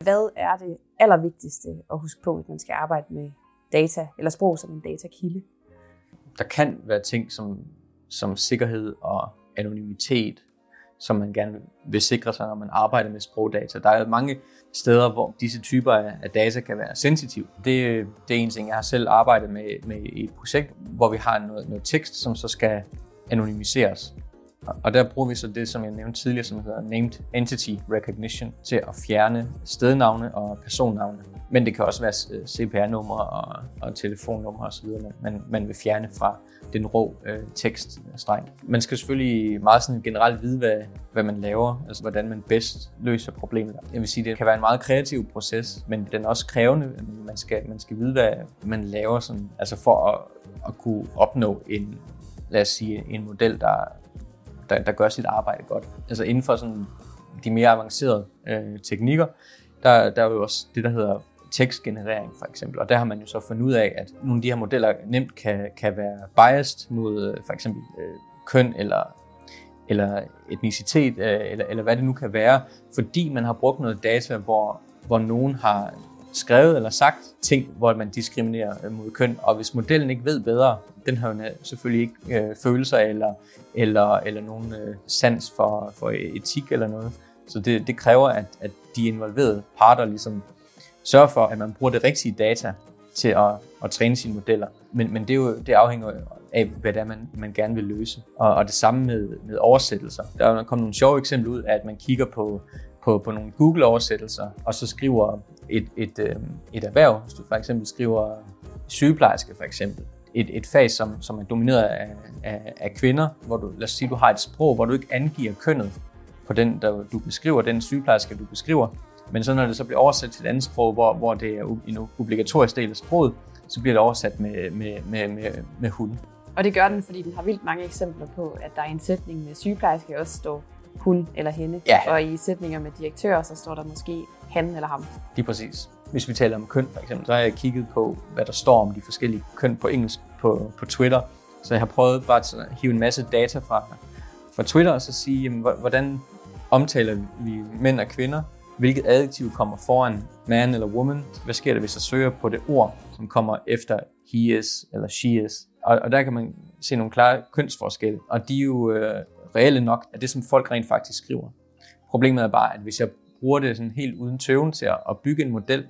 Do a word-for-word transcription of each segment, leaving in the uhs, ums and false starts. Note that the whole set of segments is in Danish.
Hvad er det allervigtigste at huske på, hvis man skal arbejde med data, eller sprog som en datakilde? Der kan være ting som, som sikkerhed og anonymitet, som man gerne vil sikre sig, når man arbejder med sprogdata. Der er mange steder, hvor disse typer af data kan være sensitive. Det, det er en ting, jeg har selv arbejdet med, med i et projekt, hvor vi har noget, noget tekst, som så skal anonymiseres. Og der bruger vi så det, som jeg nævnte tidligere, som hedder Named Entity Recognition, til at fjerne stednavne og personnavne. Men det kan også være C P R-numre og, og telefonnumre osv., man, man vil fjerne fra den rå øh, tekststreng. Man skal selvfølgelig meget sådan generelt vide, hvad, hvad man laver, altså hvordan man bedst løser problemet. Jeg vil sige, det kan være en meget kreativ proces, men den er også krævende. Man skal, man skal vide, hvad man laver, sådan, altså for at, at kunne opnå en, lad os sige, en model, der Der, der gør sit arbejde godt. Altså inden for sådan de mere avancerede øh, teknikker, der, der er jo også det, der hedder tekstgenerering for eksempel. Og der har man jo så fundet ud af, at nogle af de her modeller nemt kan, kan være biased mod øh, for eksempel øh, køn eller, eller etnicitet, øh, eller, eller hvad det nu kan være, fordi man har brugt noget data, hvor, hvor nogen har skrevet eller sagt ting, hvor man diskriminerer mod køn, og hvis modellen ikke ved bedre, den har jo selvfølgelig ikke øh, følelser eller, eller, eller nogen øh, sans for, for etik eller noget. Så det, det kræver, at, at de involverede parter ligesom sørger for, at man bruger det rigtige data til at, at træne sine modeller. Men, men det, er jo, det afhænger af, hvad det er, man, man gerne vil løse. Og, og det samme med, med oversættelser. Der er kommet nogle sjove eksempler ud af, at man kigger på, på, på nogle Google-oversættelser, og så skriver et, et, et, et erhverv, hvis du for eksempel skriver sygeplejerske for eksempel, et, et fag, som, som er domineret af, af, af kvinder, hvor du, lad os sige, du har et sprog, hvor du ikke angiver kønnet på den, der du beskriver, den sygeplejerske, du beskriver, men så når det så bliver oversat til et andet sprog, hvor, hvor det er en obligatorisk del af sproget, så bliver det oversat med, med, med, med, med hun. Og det gør den, fordi den har vildt mange eksempler på, at der i en sætning med sygeplejerske også står hun eller hende, ja. Og i sætninger med direktør, så står der måske han eller ham. Lige præcis. Hvis vi taler om køn for eksempel, så har jeg kigget på, hvad der står om de forskellige køn på engelsk på, på Twitter. Så jeg har prøvet bare at hive en masse data fra, fra Twitter, og så sige, jamen, hvordan omtaler vi mænd og kvinder? Hvilket adjektiv kommer foran man eller woman? Hvad sker der, hvis jeg søger på det ord, som kommer efter he is eller she is? Og, og der kan man se nogle klare kønsforskelle, og de er jo øh, reelle nok af det, som folk rent faktisk skriver. Problemet er bare, at hvis jeg bruger det sådan helt uden tøven til at bygge en model,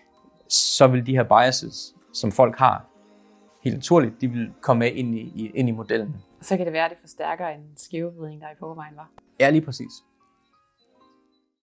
så vil de her biases, som folk har, helt naturligt, de vil komme med ind i, ind i modellen. Så kan det være, at det forstærker en skævvridning, der i forvejen var. Ja, lige præcis.